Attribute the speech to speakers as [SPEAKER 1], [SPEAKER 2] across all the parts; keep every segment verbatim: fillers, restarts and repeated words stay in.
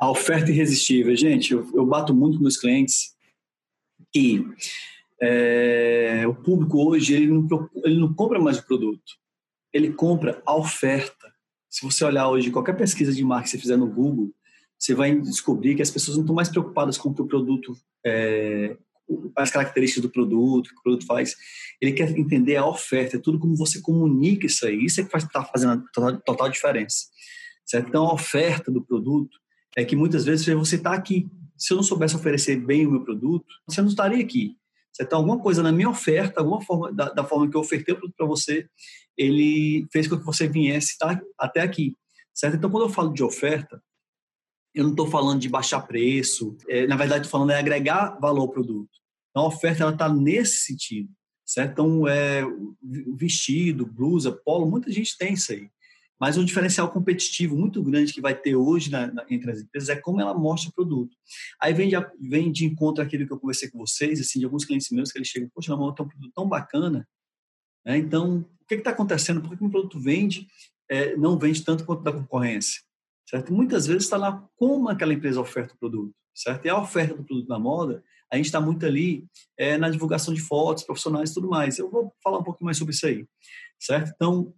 [SPEAKER 1] A oferta irresistível. Gente, eu, eu bato muito com meus clientes que é, o público hoje ele não, ele não compra mais o produto, ele compra a oferta. Se você olhar hoje qualquer pesquisa de marketing que você fizer no Google, você vai descobrir que as pessoas não estão mais preocupadas com o que o produto, é, as características do produto, o que o produto faz. Ele quer entender a oferta, é tudo como você comunica isso aí. Isso é que está fazendo a total, total diferença. Certo? Então, a oferta do produto é que muitas vezes você está aqui. Se eu não soubesse oferecer bem o meu produto, você não estaria aqui. Certo? Então, alguma coisa na minha oferta, alguma forma, da, da forma que eu ofertei o produto para você, ele fez com que você viesse tá, até aqui. Certo? Então, quando eu falo de oferta, eu não estou falando de baixar preço. É, na verdade, estou falando de agregar valor ao produto. Então, a oferta está nesse sentido. Certo? Então, é, vestido, blusa, polo, muita gente tem isso aí. Mas um diferencial competitivo muito grande que vai ter hoje na, na, entre as empresas é como ela mostra o produto. Aí vem de, vem de encontro aquilo que eu conversei com vocês, assim, de alguns clientes meus que eles chegam, poxa, não, tem um produto tão bacana, né? Então, o que está acontecendo? Por que um produto vende, é, não vende tanto quanto da concorrência? Certo? Muitas vezes está lá como aquela empresa oferta o produto, certo? E a oferta do produto na moda, a gente está muito ali é, na divulgação de fotos profissionais e tudo mais. Eu vou falar um pouquinho mais sobre isso aí, certo? Então,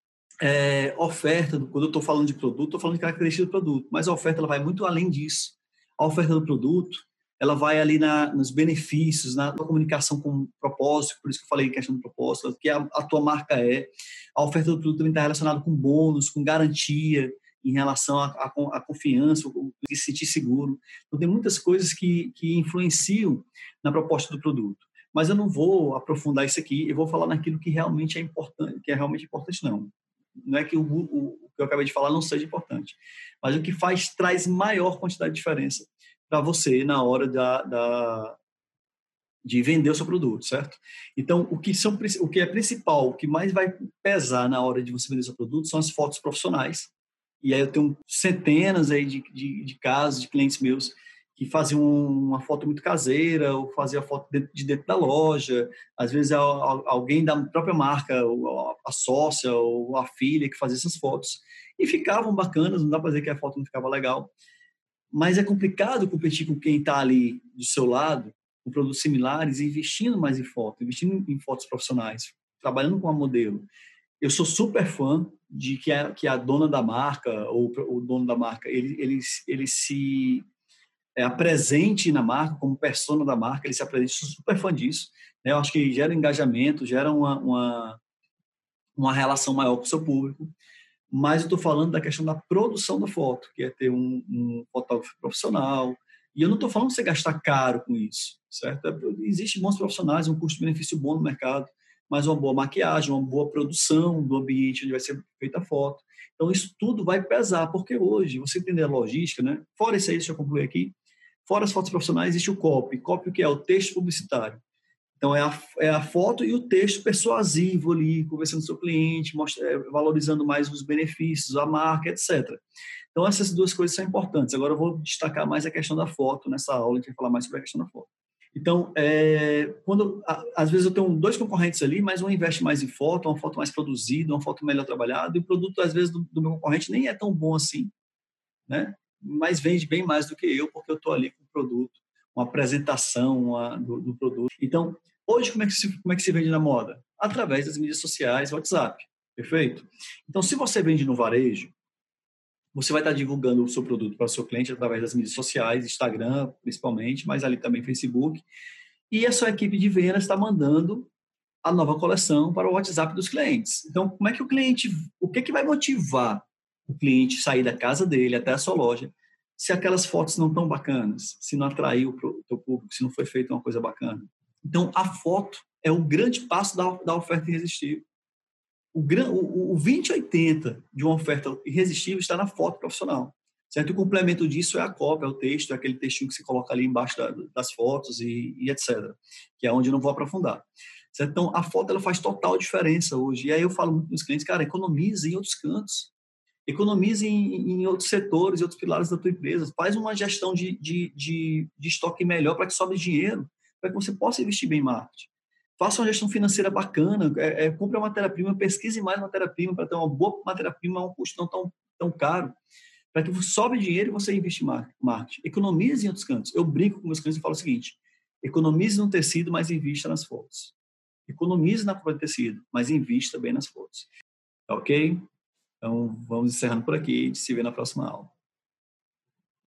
[SPEAKER 1] É, oferta, quando eu estou falando de produto, estou falando de característica do produto, mas a oferta ela vai muito além disso. A oferta do produto, ela vai ali na, nos benefícios, na comunicação com propósito, por isso que eu falei em questão do propósito, que a, a tua marca é. A oferta do produto também está relacionada com bônus, com garantia, em relação à confiança, o se sentir seguro. Então, tem muitas coisas que, que influenciam na proposta do produto. Mas eu não vou aprofundar isso aqui, eu vou falar naquilo que realmente é importante, que é realmente importante, não. Não é que o, o, o que eu acabei de falar não seja importante, mas o que faz traz maior quantidade de diferença para você na hora da, da, de vender o seu produto, certo? Então, o que, são, o que é principal, o que mais vai pesar na hora de você vender o seu produto são as fotos profissionais. E aí eu tenho centenas aí de, de, de casos de clientes meus que faziam uma foto muito caseira ou faziam a foto de dentro da loja. Às vezes alguém da própria marca, a sócia ou a filha que fazia essas fotos. E ficavam bacanas, não dá para dizer que a foto não ficava legal. Mas é complicado competir com quem está ali do seu lado, com produtos similares, investindo mais em foto, investindo em fotos profissionais, trabalhando com a modelo. Eu sou super fã de que a, que a dona da marca ou o dono da marca, ele, ele, ele se é, apresente na marca como persona da marca, ele se apresente, sou super fã disso. Né? Eu acho que gera engajamento, gera uma, uma, uma relação maior com o seu público, mas eu estou falando da questão da produção da foto, que é ter um, um fotógrafo profissional, e eu não estou falando de você gastar caro com isso, certo? Existem bons profissionais, um custo-benefício bom no mercado, mas uma boa maquiagem, uma boa produção do ambiente onde vai ser feita a foto. Então, isso tudo vai pesar, porque hoje, você entender a logística, né? Fora isso aí, deixa eu concluir aqui, fora as fotos profissionais, existe o copy. Copy, o que é? O texto publicitário. Então, é a, é a foto e o texto persuasivo ali, conversando com o seu cliente, mostra, é, valorizando mais os benefícios, a marca, etcétera. Então, essas duas coisas são importantes. Agora, eu vou destacar mais a questão da foto nessa aula, a gente vai falar mais sobre a questão da foto. Então, é, quando, às vezes eu tenho dois concorrentes ali, mas um investe mais em foto, uma foto mais produzida, uma foto melhor trabalhada, e o produto, às vezes, do, do meu concorrente nem é tão bom assim, né? Mas vende bem mais do que eu, porque eu estou ali com o produto, uma apresentação uma, do, do produto. Então, hoje, como é, que se, como é que se vende na moda? Através das mídias sociais, WhatsApp, perfeito? Então, se você vende no varejo, você vai estar divulgando o seu produto para o seu cliente através das mídias sociais, Instagram, principalmente, mas ali também Facebook. E a sua equipe de vendas está mandando a nova coleção para o WhatsApp dos clientes. Então, como é que o cliente, o que, é que vai motivar o cliente sair da casa dele até a sua loja se aquelas fotos não estão bacanas, se não atraiu o teu público, se não foi feita uma coisa bacana? Então, a foto é o grande passo da, da oferta irresistível. O, o, o vinte oitenta de uma oferta irresistível está na foto profissional. Certo? O complemento disso é a cópia, é o texto, é aquele textinho que você coloca ali embaixo da, das fotos e, e etcétera. Que é onde eu não vou aprofundar. Certo? Então, a foto ela faz total diferença hoje. E aí eu falo muito para os clientes, cara, economize em outros cantos. Economize em, em outros setores, em outros pilares da tua empresa. Faz uma gestão de, de, de, de estoque melhor para que sobre dinheiro, para que você possa investir bem em marketing. Faça uma gestão financeira bacana, é, é, compre uma matéria-prima, pesquise mais matéria-prima para ter uma boa matéria-prima a um custo não tão, tão caro, para que sobre dinheiro e você investe em marketing. Economize em outros cantos. Eu brinco com meus clientes e falo o seguinte: economize no tecido, mas invista nas fotos. Economize na própria tecido, mas invista bem nas fotos. Ok? Então, vamos encerrando por aqui. Se vê na próxima aula.